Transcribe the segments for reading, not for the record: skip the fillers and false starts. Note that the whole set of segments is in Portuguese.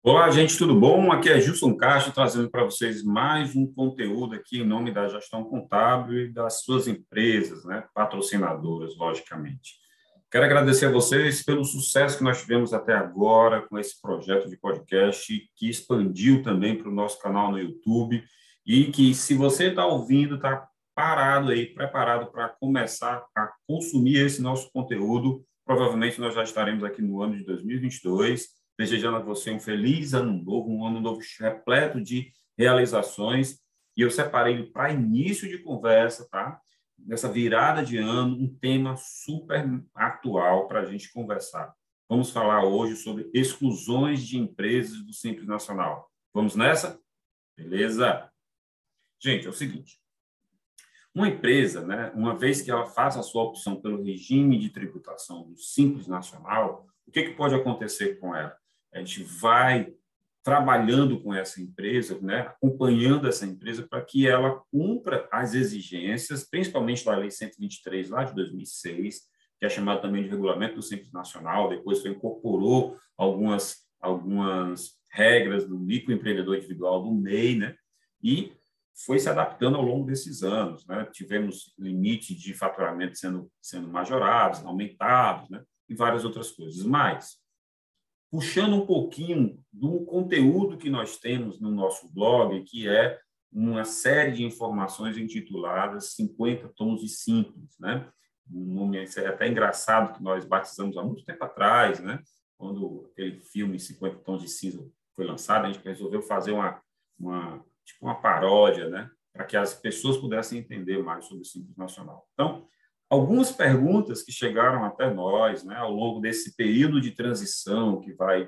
Olá, gente, tudo bom? Aqui é Gilson Castro, trazendo para vocês mais um conteúdo aqui em nome da gestão contábil e das suas empresas, né? Patrocinadoras, logicamente. Quero agradecer a vocês pelo sucesso que nós tivemos até agora com esse projeto de podcast, que expandiu também para o nosso canal no YouTube e que, se você está ouvindo, está parado aí, preparado para começar a consumir esse nosso conteúdo, provavelmente nós já estaremos aqui no ano de 2022, desejando a você um feliz ano novo, um ano novo repleto de realizações. E eu separei para início de conversa, tá? Nessa virada de ano, um tema super atual para a gente conversar. Vamos falar hoje sobre exclusões de empresas do Simples Nacional. Vamos nessa? Beleza? Gente, é o seguinte. Uma empresa, né, uma vez que ela faz a sua opção pelo regime de tributação do Simples Nacional, o que pode acontecer com ela? A gente vai trabalhando com essa empresa, né, acompanhando essa empresa para que ela cumpra as exigências, principalmente da Lei 123, lá de 2006, que é chamada também de Regulamento do Simples Nacional, depois incorporou algumas regras do microempreendedor individual, do MEI, né, e foi se adaptando ao longo desses anos, né? Tivemos limite de faturamento sendo majorados, aumentados, né? E várias outras coisas. Mas, puxando um pouquinho do conteúdo que nós temos no nosso blog, que é uma série de informações intituladas 50 Tons de Simples, né? Um nome é até engraçado, que nós batizamos há muito tempo atrás, né? Quando aquele filme 50 Tons de Cinza foi lançado, a gente resolveu fazer tipo uma paródia, né? Para que as pessoas pudessem entender mais sobre o Simples Nacional. Então, algumas perguntas que chegaram até nós, né, ao longo desse período de transição que vai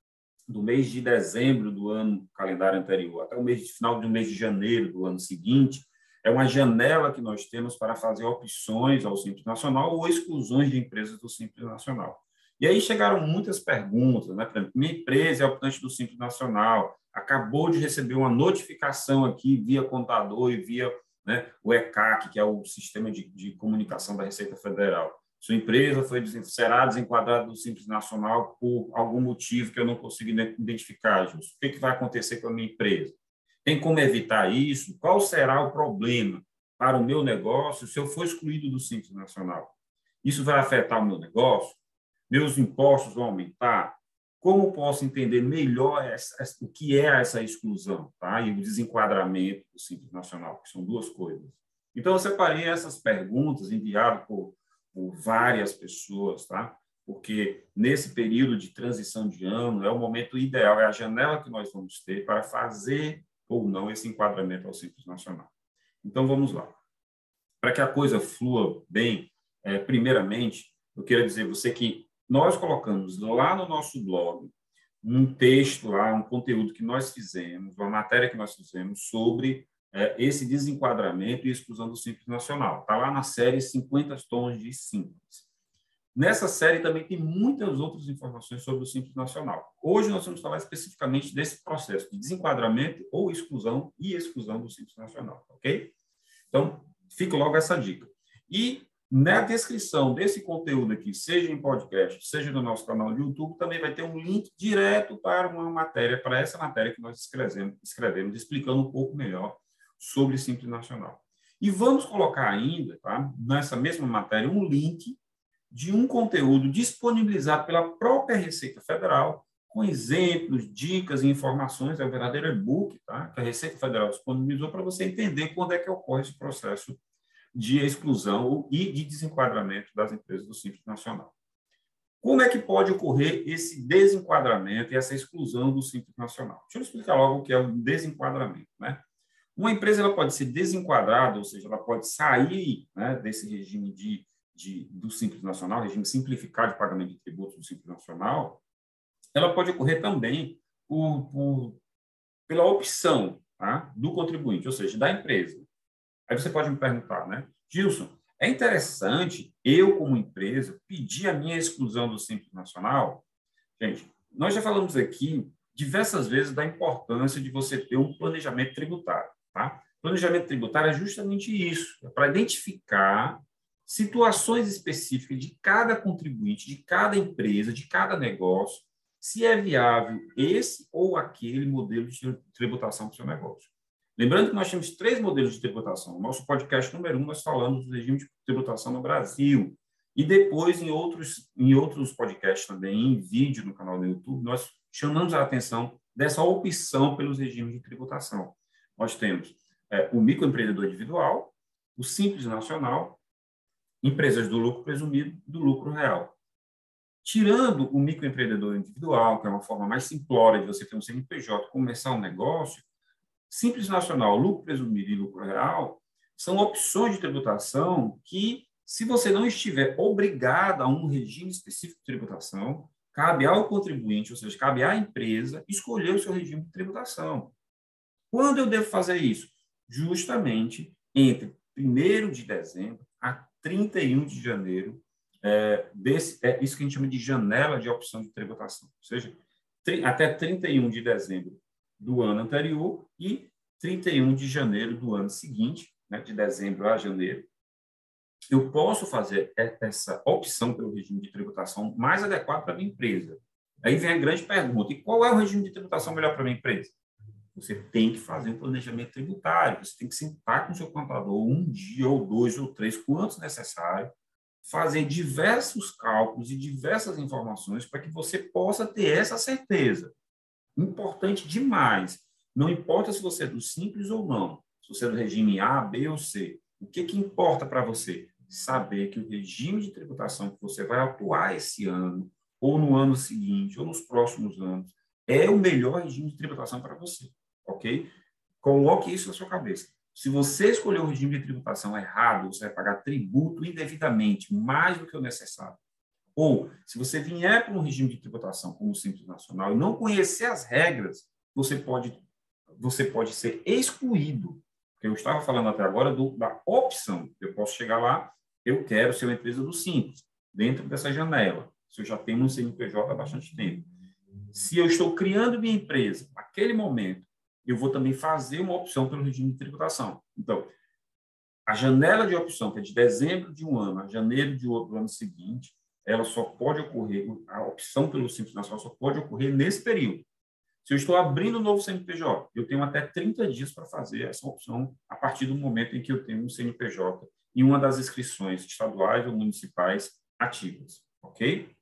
do mês de dezembro do ano calendário anterior até o final do mês de janeiro do ano seguinte, é uma janela que nós temos para fazer opções ao Simples Nacional ou exclusões de empresas do Simples Nacional. E aí chegaram muitas perguntas, né? Por exemplo, minha empresa é optante do Simples Nacional, acabou de receber uma notificação aqui via contador e via, né, o ECAC, que é o Sistema de Comunicação da Receita Federal. Sua empresa será desenquadrada do Simples Nacional por algum motivo que eu não consigo identificar, Júlio. O que vai acontecer com a minha empresa? Tem como evitar isso? Qual será o problema para o meu negócio se eu for excluído do Simples Nacional? Isso vai afetar o meu negócio? Meus impostos vão aumentar? Como posso entender melhor o que é essa exclusão, tá? E o desenquadramento do Simples Nacional, que são duas coisas. Então, eu separei essas perguntas enviadas por várias pessoas, tá? Porque nesse período de transição de ano é o momento ideal, é a janela que nós vamos ter para fazer ou não esse enquadramento ao Simples Nacional. Então, vamos lá. Para que a coisa flua bem, primeiramente, eu quero dizer a você que nós colocamos lá no nosso blog um texto lá, um conteúdo que nós fizemos, uma matéria que nós fizemos sobre esse desenquadramento e exclusão do Simples Nacional. Está lá na série 50 Tons de Simples. Nessa série também tem muitas outras informações sobre o Simples Nacional. Hoje nós vamos falar especificamente desse processo de desenquadramento ou exclusão e exclusão do Simples Nacional, ok? Então, fica logo essa dica. E na descrição desse conteúdo aqui, seja em podcast, seja no nosso canal do YouTube, também vai ter um link direto para uma matéria, para essa matéria que nós escrevemos explicando um pouco melhor sobre Simples Nacional. E vamos colocar ainda, tá, nessa mesma matéria, um link de um conteúdo disponibilizado pela própria Receita Federal, com exemplos, dicas e informações, é o verdadeiro e-book, tá, que a Receita Federal disponibilizou para você entender quando é que ocorre esse processo de exclusão e de desenquadramento das empresas do Simples Nacional. Como é que pode ocorrer esse desenquadramento e essa exclusão do Simples Nacional? Deixa eu explicar logo o que é o desenquadramento, né? Uma empresa ela pode ser desenquadrada, ou seja, ela pode sair, né, desse regime do Simples Nacional, regime simplificado de pagamento de tributos do Simples Nacional. Ela pode ocorrer também pela opção, tá, do contribuinte, ou seja, da empresa. Aí você pode me perguntar, né? Gilson, é interessante eu, como empresa, pedir a minha exclusão do Simples Nacional? Gente, nós já falamos aqui diversas vezes da importância de você ter um planejamento tributário, tá? Planejamento tributário é justamente isso, é para identificar situações específicas de cada contribuinte, de cada empresa, de cada negócio, se é viável esse ou aquele modelo de tributação para o seu negócio. Lembrando que nós temos 3 modelos de tributação. No nosso podcast número 1, nós falamos do regime de tributação no Brasil. E depois, em outros podcasts também, em vídeo no canal do YouTube, nós chamamos a atenção dessa opção pelos regimes de tributação. Nós temos o microempreendedor individual, o simples nacional, empresas do lucro presumido e do lucro real. Tirando o microempreendedor individual, que é uma forma mais simplória de você ter um CNPJ, começar um negócio, simples nacional, lucro presumido e lucro real são opções de tributação que, se você não estiver obrigado a um regime específico de tributação, cabe ao contribuinte, ou seja, cabe à empresa, escolher o seu regime de tributação. Quando eu devo fazer isso? Justamente entre 1º de dezembro a 31 de janeiro, isso que a gente chama de janela de opção de tributação, ou seja, até 31 de dezembro do ano anterior e 31 de janeiro do ano seguinte, né, de dezembro a janeiro, eu posso fazer essa opção pelo regime de tributação mais adequado para a minha empresa. Aí vem a grande pergunta, e qual é o regime de tributação melhor para a minha empresa? Você tem que fazer um planejamento tributário, você tem que sentar com o seu contador um dia, ou 2, ou 3, quantos necessário, fazer diversos cálculos e diversas informações para que você possa ter essa certeza. Importante demais. Não importa se você é do simples ou não, se você é do regime A, B ou C. O que importa para você? Saber que o regime de tributação que você vai atuar esse ano, ou no ano seguinte, ou nos próximos anos, é o melhor regime de tributação para você, ok? Coloque isso na sua cabeça. Se você escolher o regime de tributação errado, você vai pagar tributo indevidamente, mais do que o necessário. Ou, se você vier para um regime de tributação como o Simples Nacional e não conhecer as regras, você pode ser excluído. Eu estava falando até agora da opção. Eu posso chegar lá, eu quero ser uma empresa do Simples, dentro dessa janela. Se eu já tenho um CNPJ há bastante tempo. Se eu estou criando minha empresa, naquele momento, eu vou também fazer uma opção pelo regime de tributação. Então, a janela de opção, que é de dezembro de um ano a janeiro de outro ano seguinte, ela só pode ocorrer, a opção pelo Simples Nacional só pode ocorrer nesse período. Se eu estou abrindo um novo CNPJ, eu tenho até 30 dias para fazer essa opção a partir do momento em que eu tenho um CNPJ em uma das inscrições estaduais ou municipais ativas, ok?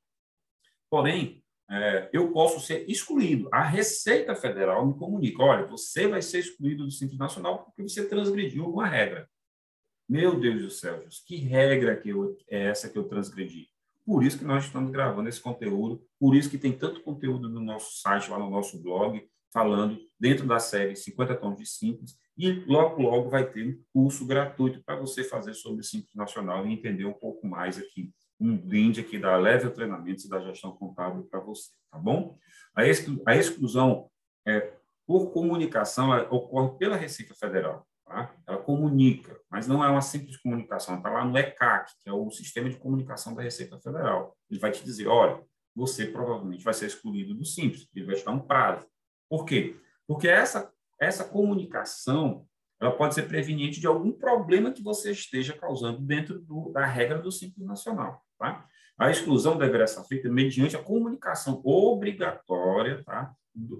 Porém, eu posso ser excluído. A Receita Federal me comunica, olha, você vai ser excluído do Simples Nacional porque você transgrediu alguma regra. Meu Deus do céu, que regra é essa que eu transgredi? Por isso que nós estamos gravando esse conteúdo, por isso que tem tanto conteúdo no nosso site, lá no nosso blog, falando dentro da série 50 Tons de Simples, e logo, logo vai ter um curso gratuito para você fazer sobre o Simples Nacional e entender um pouco mais aqui, um brinde aqui da Level Treinamentos e da Gestão Contábil para você, tá bom? A exclusão por comunicação ela ocorre pela Receita Federal. Tá? Ela comunica, mas não é uma simples comunicação. Está lá no ECAC, que é o Sistema de Comunicação da Receita Federal. Ele vai te dizer, olha, você provavelmente vai ser excluído do Simples. Ele vai te dar um prazo. Por quê? Porque essa comunicação ela pode ser preveniente de algum problema que você esteja causando dentro da regra do Simples Nacional. Tá? A exclusão deverá ser feita mediante a comunicação obrigatória, tá?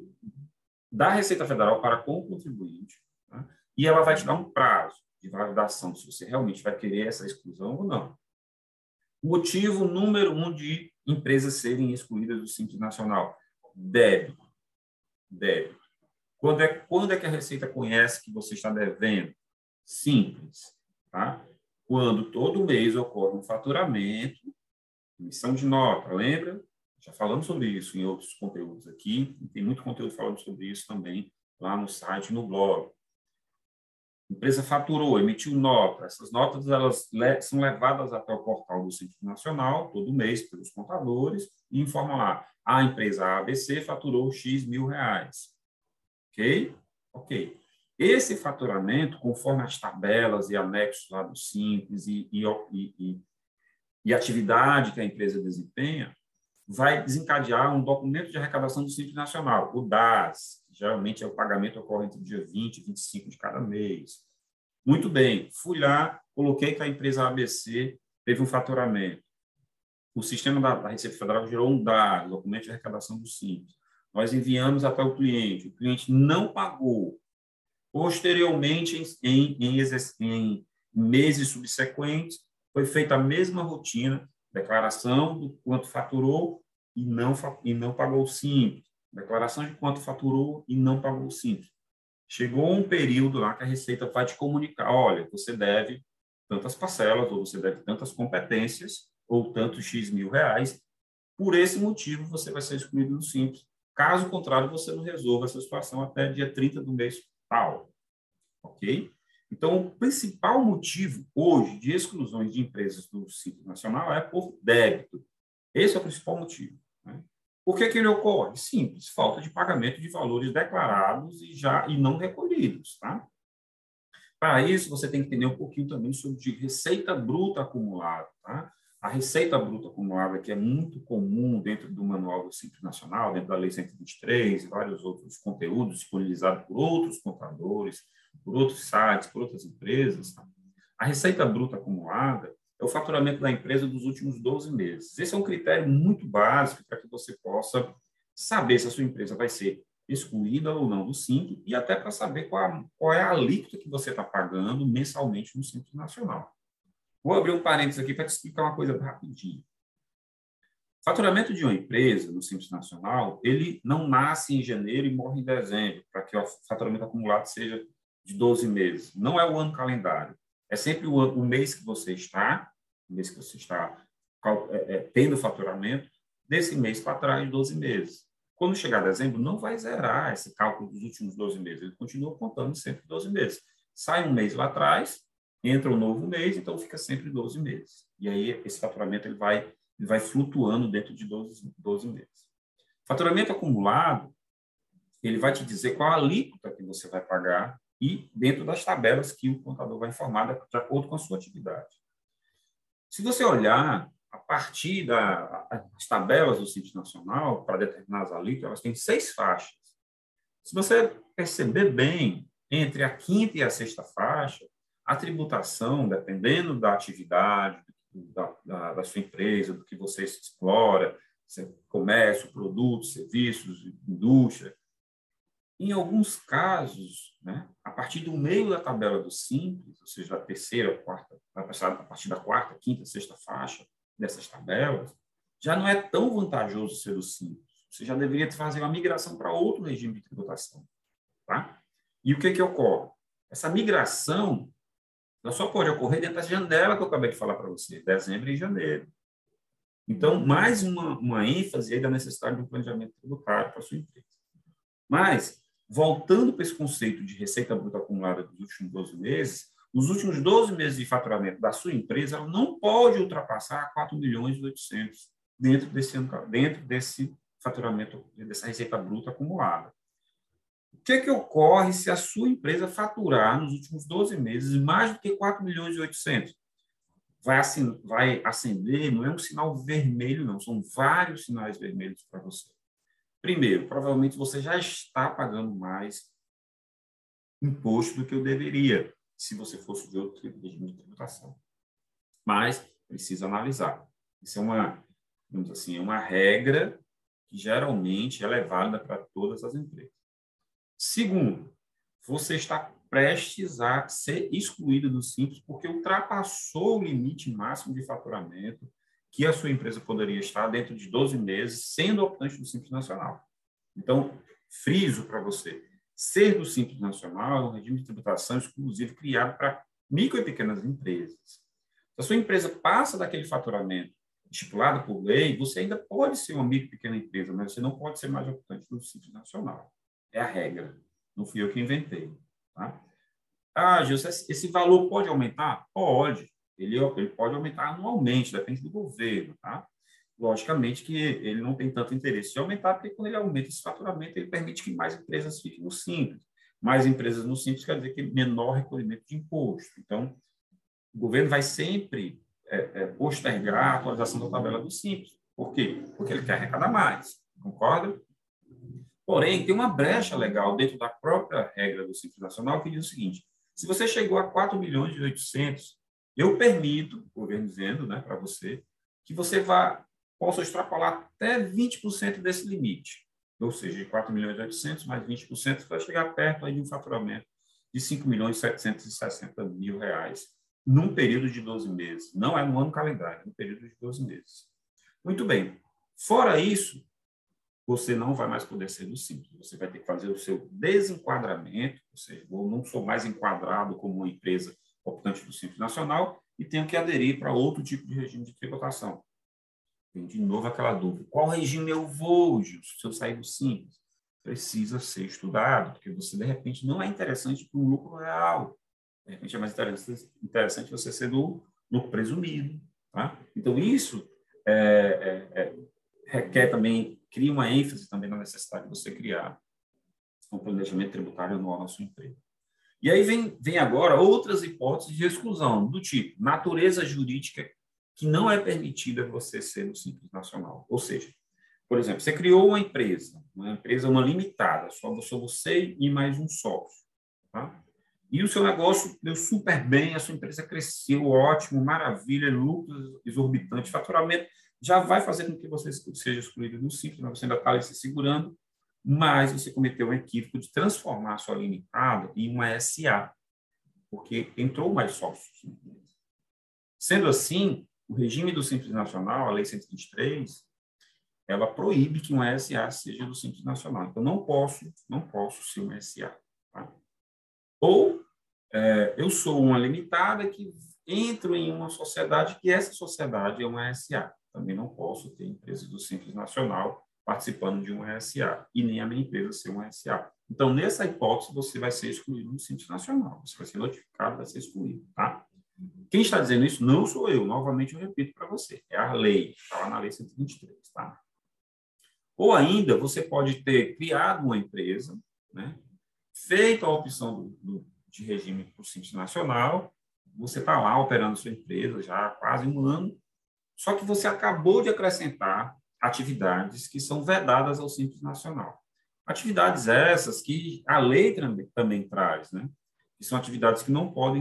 Da Receita Federal para com o contribuinte, tá? E ela vai te dar um prazo de validação se você realmente vai querer essa exclusão ou não. Motivo número 1 de empresas serem excluídas do Simples Nacional: débito. Débito. Quando é que a Receita conhece que você está devendo? Simples. Tá? Quando todo mês ocorre um faturamento, emissão de nota, lembra? Já falamos sobre isso em outros conteúdos aqui, tem muito conteúdo falando sobre isso também lá no site e no blog. A empresa faturou, emitiu nota. Essas notas elas são levadas até o portal do Simples Nacional, todo mês, pelos contadores, e informa lá, a empresa ABC faturou X mil reais. Ok? Ok. Esse faturamento, conforme as tabelas e anexos lá do Simples e atividade que a empresa desempenha, vai desencadear um documento de arrecadação do Simples Nacional, o DAS. Geralmente, o pagamento ocorre entre o dia 20 e 25 de cada mês. Muito bem, fui lá, coloquei que a empresa ABC teve um faturamento. o sistema da Receita Federal gerou um DARS, documento de arrecadação do Simples. Nós enviamos até o cliente não pagou. Posteriormente, em meses subsequentes, foi feita a mesma rotina, declaração do quanto faturou e não pagou o Simples, declaração de quanto faturou e não pagou o Simples. Chegou um período lá que a Receita vai te comunicar, olha, você deve tantas parcelas, ou você deve tantas competências, ou tantos X mil reais, por esse motivo você vai ser excluído do Simples. Caso contrário, você não resolva essa situação até dia 30 do mês tal. Ok? Então, o principal motivo hoje de exclusões de empresas do Simples Nacional é por débito. Esse é o principal motivo. Né? Por que ele ocorre? Simples, falta de pagamento de valores declarados e não recolhidos. Tá? Para isso, você tem que entender um pouquinho também sobre receita bruta acumulada. Tá? A receita bruta acumulada, que é muito comum dentro do Manual do Simples Nacional, dentro da Lei 123 e vários outros conteúdos disponibilizados por outros contadores, por outros sites, por outras empresas. Tá? A receita bruta acumulada é o faturamento da empresa dos últimos 12 meses. Esse é um critério muito básico para que você possa saber se a sua empresa vai ser excluída ou não do Simples e até para saber qual é a alíquota que você está pagando mensalmente no Simples Nacional. Vou abrir um parênteses aqui para te explicar uma coisa rapidinho. O faturamento de uma empresa no Simples Nacional, ele não nasce em janeiro e morre em dezembro, para que o faturamento acumulado seja de 12 meses. Não é o ano calendário. É sempre o mês que você está, tendo faturamento, desse mês para trás, 12 meses. Quando chegar dezembro, não vai zerar esse cálculo dos últimos 12 meses. Ele continua contando sempre 12 meses. Sai um mês lá atrás, entra um novo mês, então fica sempre 12 meses. E aí esse faturamento ele vai flutuando dentro de 12 meses. Faturamento acumulado, ele vai te dizer qual a alíquota que você vai pagar e dentro das tabelas que o contador vai informar de acordo com a sua atividade. Se você olhar a partir das tabelas do Simples Nacional, para determinar as alíquotas, elas têm 6 faixas. Se você perceber bem, entre a quinta e a sexta faixa, a tributação, dependendo da atividade, da sua empresa, do que você explora, comércio, produtos, serviços, indústria, em alguns casos, né, a partir do meio da tabela do Simples, ou seja, a terceira, quarta, a partir da quarta, quinta, sexta faixa dessas tabelas, já não é tão vantajoso ser do Simples. Você já deveria fazer uma migração para outro regime de tributação. Tá? E o que ocorre? Essa migração ela só pode ocorrer dentro da janela que eu acabei de falar para você, dezembro e janeiro. Então, mais uma ênfase aí da necessidade de um planejamento tributário para a sua empresa. Mas, voltando para esse conceito de receita bruta acumulada dos últimos 12 meses, os últimos 12 meses de faturamento da sua empresa ela não pode ultrapassar 4 milhões e 800 dentro desse faturamento, dessa receita bruta acumulada. O que ocorre se a sua empresa faturar nos últimos 12 meses mais do que 4 milhões e 800? Vai acender, não é um sinal vermelho, não, são vários sinais vermelhos para você. Primeiro, provavelmente você já está pagando mais imposto do que eu deveria, se você fosse ver outro regime de tributação. Mas precisa analisar. Isso é uma regra que geralmente é válida para todas as empresas. Segundo, você está prestes a ser excluído do Simples porque ultrapassou o limite máximo de faturamento que a sua empresa poderia estar dentro de 12 meses, sendo optante do Simples Nacional. Então, friso para você, ser do Simples Nacional é um regime de tributação exclusivo criado para micro e pequenas empresas. Se a sua empresa passa daquele faturamento estipulado por lei, você ainda pode ser uma micro e pequena empresa, mas você não pode ser mais optante do Simples Nacional. É a regra. Não fui eu que inventei. Tá? Gilson, esse valor pode aumentar? Pode. Ele pode aumentar anualmente, depende do governo. Tá? Logicamente que ele não tem tanto interesse de aumentar, porque quando ele aumenta esse faturamento, ele permite que mais empresas fiquem no Simples. Mais empresas no Simples quer dizer que menor recolhimento de imposto. Então, o governo vai sempre postergar a atualização da tabela do Simples. Por quê? Porque ele quer arrecadar mais. Concorda? Porém, tem uma brecha legal dentro da própria regra do Simples Nacional que diz o seguinte: se você chegou a 4 milhões e 800, eu permito, o governo dizendo, né, para você, que você vá posso extrapolar até 20% desse limite. Ou seja, de 4.800.000 mais 20% vai chegar perto aí de um faturamento de 5.760.000 reais num período de 12 meses. Não é no ano calendário, é no período de 12 meses. Muito bem. Fora isso, você não vai mais poder ser do Simples. Você vai ter que fazer o seu desenquadramento, ou seja, eu não sou mais enquadrado como uma empresa optante do Simples Nacional e tenho que aderir para outro tipo de regime de tributação. Tem de novo aquela dúvida. Qual regime eu vou, Gilson, se eu sair do Simples? Precisa ser estudado, porque você, de repente, não é interessante para um lucro real. De repente, é mais interessante você ser do lucro presumido. Tá? Então, isso requer também, cria uma ênfase também na necessidade de você criar um planejamento tributário anual na sua empresa. E aí vem agora outras hipóteses de exclusão, do tipo natureza jurídica que não é permitida você ser no Simples Nacional. Ou seja, por exemplo, você criou uma empresa, uma limitada, só você e mais um sócio. Tá? E o seu negócio deu super bem, a sua empresa cresceu, ótimo, maravilha, lucros exorbitantes, faturamento, já vai fazer com que você seja excluído do Simples, mas você ainda está ali se segurando, mas você cometeu um equívoco de transformar a sua limitada em uma SA, porque entrou mais sócios. Sendo assim, o regime do Simples Nacional, a Lei 123, ela proíbe que uma SA seja do Simples Nacional. Então, não posso ser uma SA. Tá? Ou eu sou uma limitada que entro em uma sociedade que essa sociedade é uma SA. Também não posso ter empresa do Simples Nacional participando de uma SA e nem a minha empresa ser uma SA. Então, nessa hipótese, você vai ser excluído do Simples Nacional. Você vai ser notificado, vai ser excluído. Tá? Quem está dizendo isso não sou eu. Novamente, eu repito para você. É a lei. Está lá na Lei 123. Tá? Ou ainda, você pode ter criado uma empresa, né, feito a opção de regime para o Simples Nacional, você está lá operando sua empresa já há quase um ano, só que você acabou de acrescentar atividades que são vedadas ao Simples Nacional. Atividades essas que a lei também traz, né? Que são atividades que não podem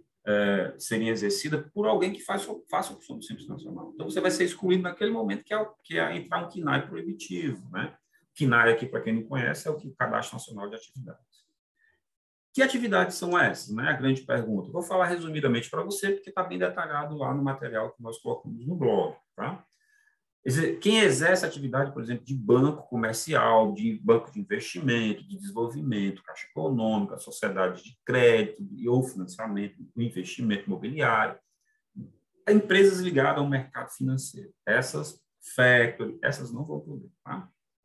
serem exercidas por alguém que faça opção do Simples Nacional. Então, você vai ser excluído naquele momento que é entrar um KNAI proibitivo, né? KNAI, aqui, para quem não conhece, é o Cadastro Nacional de Atividades. Que atividades são essas? Né? A grande pergunta. Vou falar resumidamente para você, porque está bem detalhado lá no material que nós colocamos no blog. Tá? Quem exerce atividade, por exemplo, de banco comercial, de banco de investimento, de desenvolvimento, caixa econômica, sociedade de crédito ou financiamento, investimento imobiliário, empresas ligadas ao mercado financeiro. Essas, factory, essas não vão poder. Tá?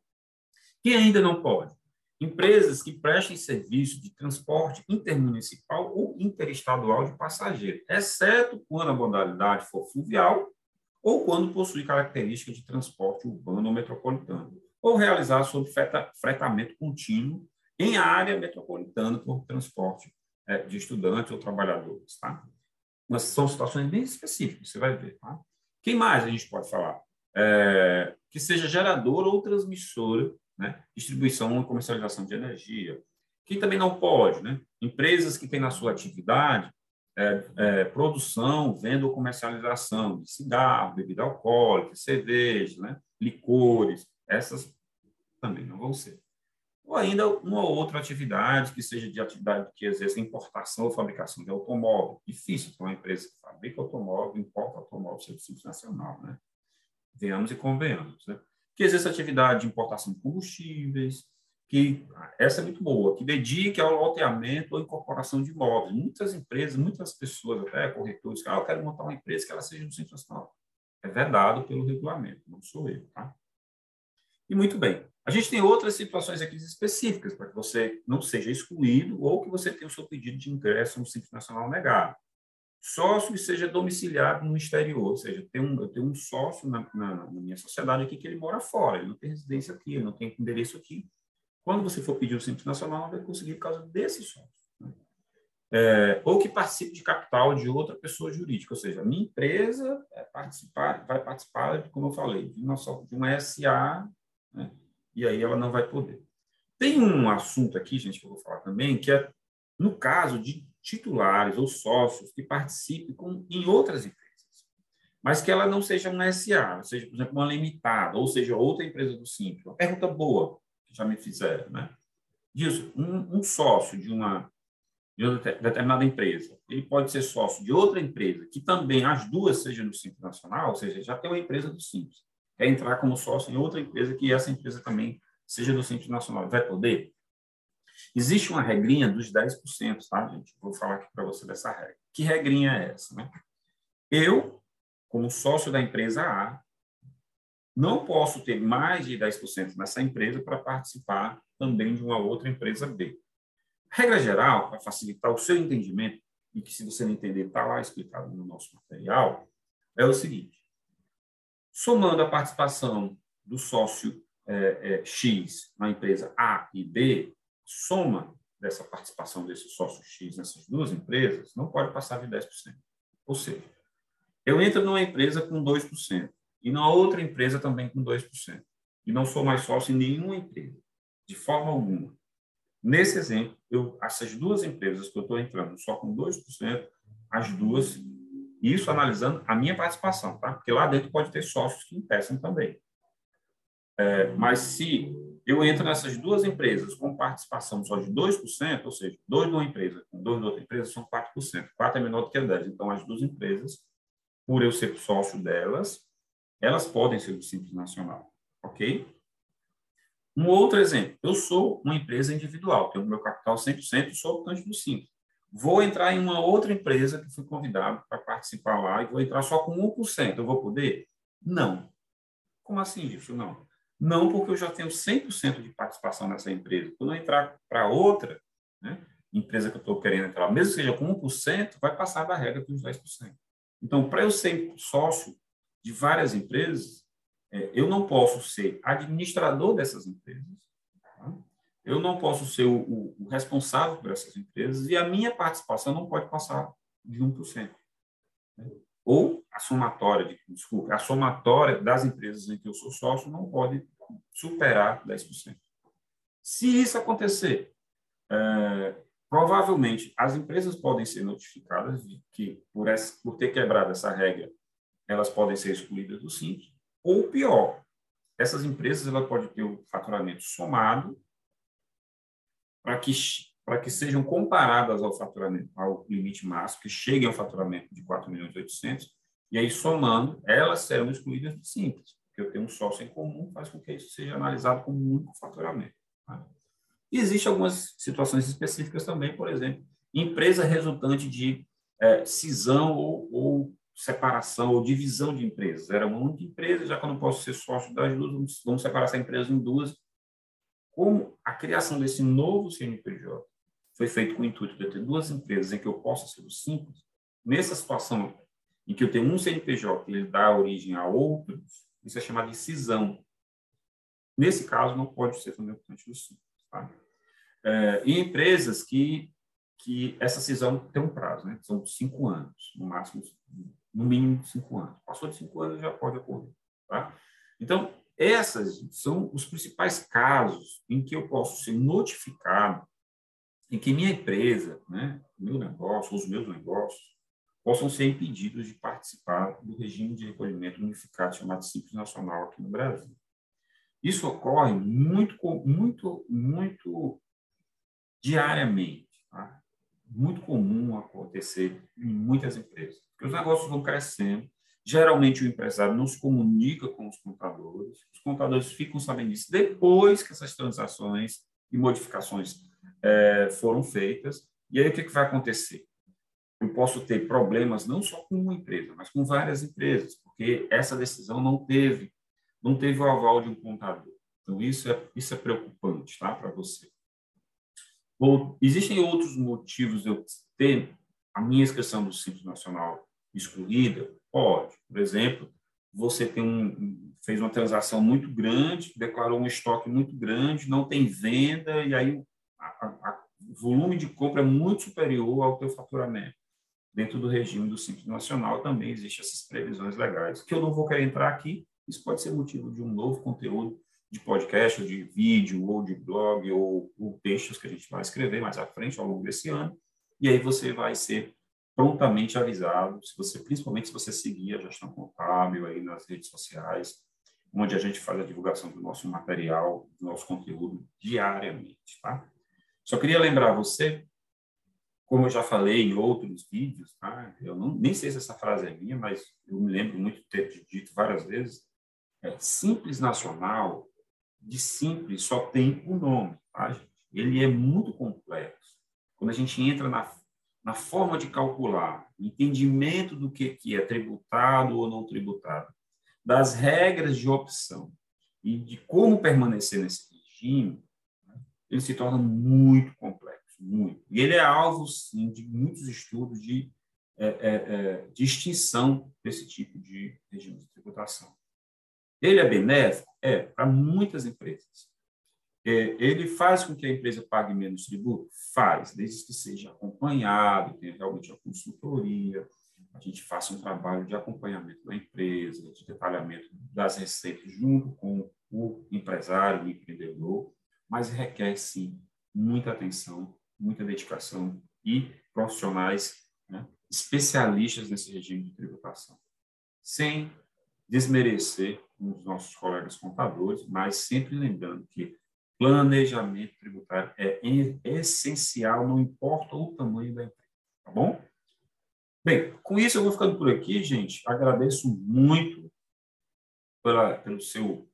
Quem ainda não pode? Empresas que prestem serviço de transporte intermunicipal ou interestadual de passageiros, exceto quando a modalidade for fluvial ou quando possui características de transporte urbano ou metropolitano, ou realizar sob fretamento contínuo em área metropolitana por transporte de estudantes ou trabalhadores. Tá? Mas são situações bem específicas, você vai ver. Tá? Quem mais a gente pode falar? Que seja geradora ou transmissora, né? Distribuição e comercialização de energia. Quem também não pode, né? Empresas que têm na sua atividade produção, venda ou comercialização de cigarro, bebida alcoólica, cerveja, né? Licores, essas também não vão ser. Ou ainda uma outra atividade que seja de atividade que exerça importação ou fabricação de automóvel. Difícil ter uma empresa que fabrica automóvel, importa automóvel, ser do Simples Nacional, né? Venhamos e convenhamos, né? Que exerça atividade de importação de combustíveis, que essa é muito boa, que dedique ao loteamento ou incorporação de imóveis. Muitas empresas, muitas pessoas, até corretores, eu quero montar uma empresa que ela seja do Simples Nacional. É vedado pelo regulamento, não sou eu, tá? E muito bem. A gente tem outras situações aqui específicas para que você não seja excluído ou que você tenha o seu pedido de ingresso no Simples Nacional negado. Sócio que seja domiciliado no exterior, ou seja, eu tenho um sócio na minha sociedade aqui que ele mora fora, ele não tem residência aqui, ele não tem endereço aqui. Quando você for pedir o Simples Nacional, não vai conseguir por causa desse sócio. Né? Ou que participe de capital de outra pessoa jurídica, ou seja, a minha empresa vai participar, como eu falei, de uma SA, né? E aí ela não vai poder. Tem um assunto aqui, gente, que eu vou falar também, que é no caso de titulares ou sócios que participem em outras empresas. mas que ela não seja uma SA, seja, por exemplo, uma limitada, ou seja, outra empresa do Simples. Uma pergunta boa que já me fizeram, né? Disso, um sócio de uma determinada empresa, ele pode ser sócio de outra empresa, que também as duas sejam do Simples Nacional, ou seja, já tem uma empresa do Simples, quer entrar como sócio em outra empresa, que essa empresa também seja do Simples Nacional. Vai poder? Existe uma regrinha dos 10%, tá, gente? Vou falar aqui para você dessa regra. Que regrinha é essa, né? Eu, como sócio da empresa A, não posso ter mais de 10% nessa empresa para participar também de uma outra empresa B. Regra geral, para facilitar o seu entendimento, e que se você não entender, está lá explicado no nosso material, é o seguinte: somando a participação do sócio X na empresa A e B, soma dessa participação desse sócio X nessas duas empresas não pode passar de 10%. Ou seja, eu entro numa empresa com 2% e na outra empresa também com 2%. E não sou mais sócio em nenhuma empresa, de forma alguma. Nesse exemplo, essas duas empresas que eu estou entrando só com 2%, as duas, isso analisando a minha participação, tá? Porque lá dentro pode ter sócios que impeçam também. Mas se eu entro nessas duas empresas com participação só de 2%, ou seja, 2 de uma empresa com 2 de outra empresa, são 4%. 4 é menor do que 10. Então, as duas empresas, por eu ser sócio delas, elas podem ser do Simples Nacional, ok? Um outro exemplo, eu sou uma empresa individual, tenho meu capital 100% e sou optante do Simples. Vou entrar em uma outra empresa que fui convidado para participar lá e vou entrar só com 1%. Eu vou poder? Não. Como assim, Gilson? Não. Não, porque eu já tenho 100% de participação nessa empresa. Quando eu entrar para outra, né, empresa que eu estou querendo entrar, mesmo que seja com 1%, vai passar da regra dos 10%. Então, para eu ser sócio de várias empresas, eu não posso ser administrador dessas empresas, tá? Eu não posso ser o responsável por essas empresas e a minha participação não pode passar de 1%. Né? Ou a somatória das empresas em que eu sou sócio não pode superar 10%. Se isso acontecer, provavelmente as empresas podem ser notificadas de que, por ter quebrado essa regra, elas podem ser excluídas do Simples, ou pior, essas empresas ela podem ter o faturamento somado para que sejam comparadas ao faturamento, ao limite máximo, que cheguem ao faturamento de 4.800.000, e aí, somando, elas serão excluídas do Simples, porque eu tenho um sócio em comum, faz com que isso seja analisado como um único faturamento. Tá? E existem algumas situações específicas também, por exemplo, empresa resultante de cisão ou separação ou divisão de empresas. Era uma única empresa, já que eu não posso ser sócio das duas, vamos separar essa empresa em duas. Como a criação desse novo CNPJ foi feito com o intuito de ter duas empresas em que eu possa ser o Simples, nessa situação em que eu tenho um CNPJ que ele dá origem a outros, isso é chamado de cisão. Nesse caso, não pode ser também optante do Simples. Tá? E empresas que essa cisão tem um prazo, né? São 5 anos, no máximo, no mínimo 5 anos. Passou de 5 anos, já pode ocorrer. Tá? Então, essas são os principais casos em que eu posso ser notificado em que minha empresa, né, meu negócio, os meus negócios, possam ser impedidos de participar do regime de recolhimento unificado chamado Simples Nacional aqui no Brasil. Isso ocorre muito diariamente, tá? Muito comum acontecer em muitas empresas, porque os negócios vão crescendo. Geralmente, o empresário não se comunica com os contadores ficam sabendo disso depois que essas transações e modificações foram feitas. E aí, o que vai acontecer? Eu posso ter problemas não só com uma empresa, mas com várias empresas, porque essa decisão não teve o aval de um contador. Então, isso é preocupante, tá, para você. Existem outros motivos de eu ter a minha inscrição do Simples Nacional excluída? Pode. Por exemplo, você fez uma transação muito grande, declarou um estoque muito grande, não tem venda, e aí o volume de compra é muito superior ao teu faturamento. Dentro do regime do Simples Nacional também existem essas previsões legais, que eu não vou querer entrar aqui. Isso pode ser motivo de um novo conteúdo de podcast, ou de vídeo, ou de blog, ou textos que a gente vai escrever mais à frente, ao longo desse ano, e aí você vai ser prontamente avisado, principalmente se você seguir a Gestão Contábil aí nas redes sociais, onde a gente faz a divulgação do nosso material, do nosso conteúdo diariamente, tá? Só queria lembrar você, como eu já falei em outros vídeos, tá? Nem sei se essa frase é minha, mas eu me lembro muito de ter dito várias vezes, Simples Nacional, de simples só tem o nome, tá, gente? Ele é muito complexo. Quando a gente entra na forma de calcular, entendimento do que é tributado ou não tributado, das regras de opção e de como permanecer nesse regime, ele se torna muito complexo, muito. E ele é alvo, sim, de muitos estudos de extinção desse tipo de regime de tributação. Ele é benéfico? Para muitas empresas. Ele faz com que a empresa pague menos tributo? Faz, desde que seja acompanhado, tenha realmente a consultoria, a gente faça um trabalho de acompanhamento da empresa, de detalhamento das receitas junto com o empresário, o empreendedor, mas requer, sim, muita atenção, muita dedicação e profissionais, né, especialistas nesse regime de tributação. Sem desmerecer os nossos colegas contadores, mas sempre lembrando que planejamento tributário é essencial, não importa o tamanho da empresa, tá bom? Bem, com isso eu vou ficando por aqui, gente. Agradeço muito pelo seu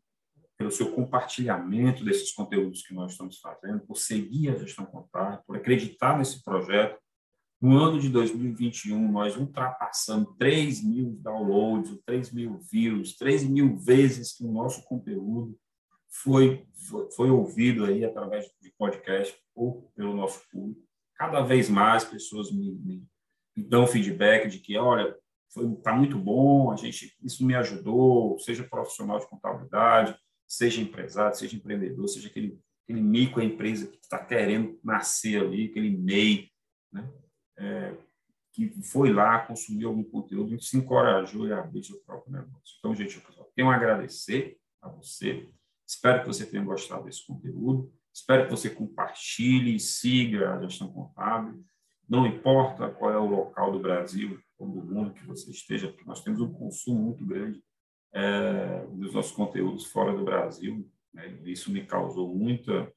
compartilhamento desses conteúdos que nós estamos fazendo, por seguir a Gestão Contábil, por acreditar nesse projeto. No ano de 2021, nós ultrapassamos 3.000 downloads, 3.000 views, 3.000 vezes que o nosso conteúdo foi ouvido aí através de podcast ou pelo nosso público. Cada vez mais pessoas me dão feedback de que, olha, está muito bom, isso me ajudou, seja profissional de contabilidade, seja empresário, seja empreendedor, seja aquele microempresa que está querendo nascer ali, aquele MEI, né? Que foi lá, consumiu algum conteúdo e se encorajou a abrir seu próprio negócio. Então, gente, pessoal, tenho a agradecer a você. Espero que você tenha gostado desse conteúdo. Espero que você compartilhe e siga a Gestão Contábil. Não importa qual é o local do Brasil ou do mundo que você esteja, porque nós temos um consumo muito grande dos nossos conteúdos fora do Brasil, né? Isso me causou muita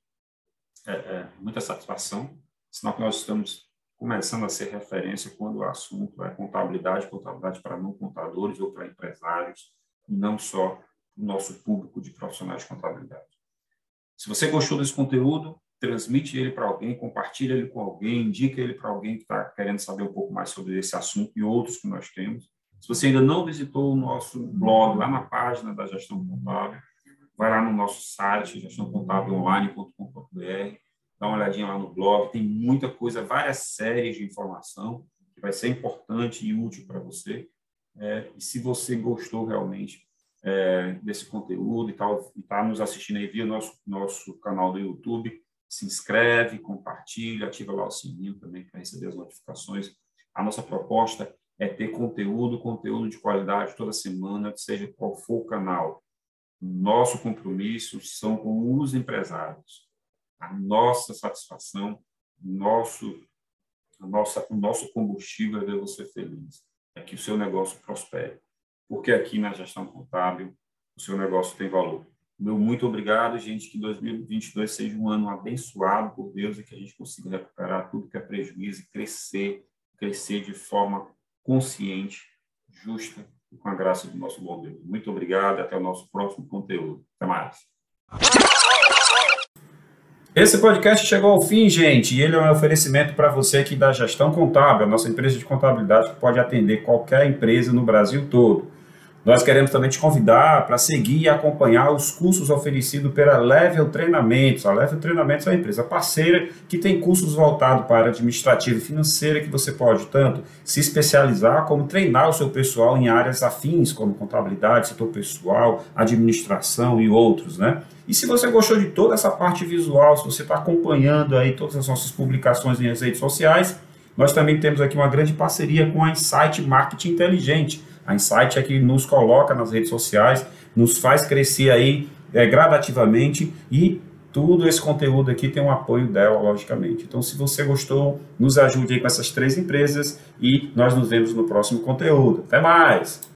satisfação, sinal que nós estamos começando a ser referência quando o assunto é contabilidade para não contadores ou para empresários, e não só o nosso público de profissionais de contabilidade. Se você gostou desse conteúdo, transmite ele para alguém, compartilha ele com alguém, indica ele para alguém que está querendo saber um pouco mais sobre esse assunto e outros que nós temos. Se você ainda não visitou o nosso blog, lá na página da Gestão Contábil, vai lá no nosso site, gestãocontabilonline.com.br, dá uma olhadinha lá no blog, tem muita coisa, várias séries de informação que vai ser importante e útil para você. E se você gostou realmente desse conteúdo e está nos assistindo aí via nosso canal do YouTube, se inscreve, compartilha, ativa lá o sininho também para receber as notificações. A nossa proposta é ter conteúdo de qualidade toda semana, seja qual for o canal. Nosso compromisso são com os empresários. A nossa satisfação, o nosso combustível é ver você feliz, é que o seu negócio prospere. Porque aqui na Gestão Contábil, o seu negócio tem valor. Meu muito obrigado, gente, que 2022 seja um ano abençoado por Deus e que a gente consiga recuperar tudo que é prejuízo e crescer de forma consciente, justa e com a graça do nosso bom Deus. Muito obrigado e até o nosso próximo conteúdo. Até mais. Esse podcast chegou ao fim, gente, e ele é um oferecimento para você aqui da Gestão Contábil, a nossa empresa de contabilidade que pode atender qualquer empresa no Brasil todo. Nós queremos também te convidar para seguir e acompanhar os cursos oferecidos pela Level Treinamentos. A Level Treinamentos é uma empresa parceira que tem cursos voltados para a administrativa e financeira que você pode tanto se especializar como treinar o seu pessoal em áreas afins, como contabilidade, setor pessoal, administração e outros, né? E se você gostou de toda essa parte visual, se você está acompanhando aí todas as nossas publicações nas redes sociais, nós também temos aqui uma grande parceria com a Insight Marketing Inteligente. A Insight é que nos coloca nas redes sociais, nos faz crescer aí gradativamente e tudo esse conteúdo aqui tem um apoio dela, logicamente. Então, se você gostou, nos ajude aí com essas 3 empresas e nós nos vemos no próximo conteúdo. Até mais!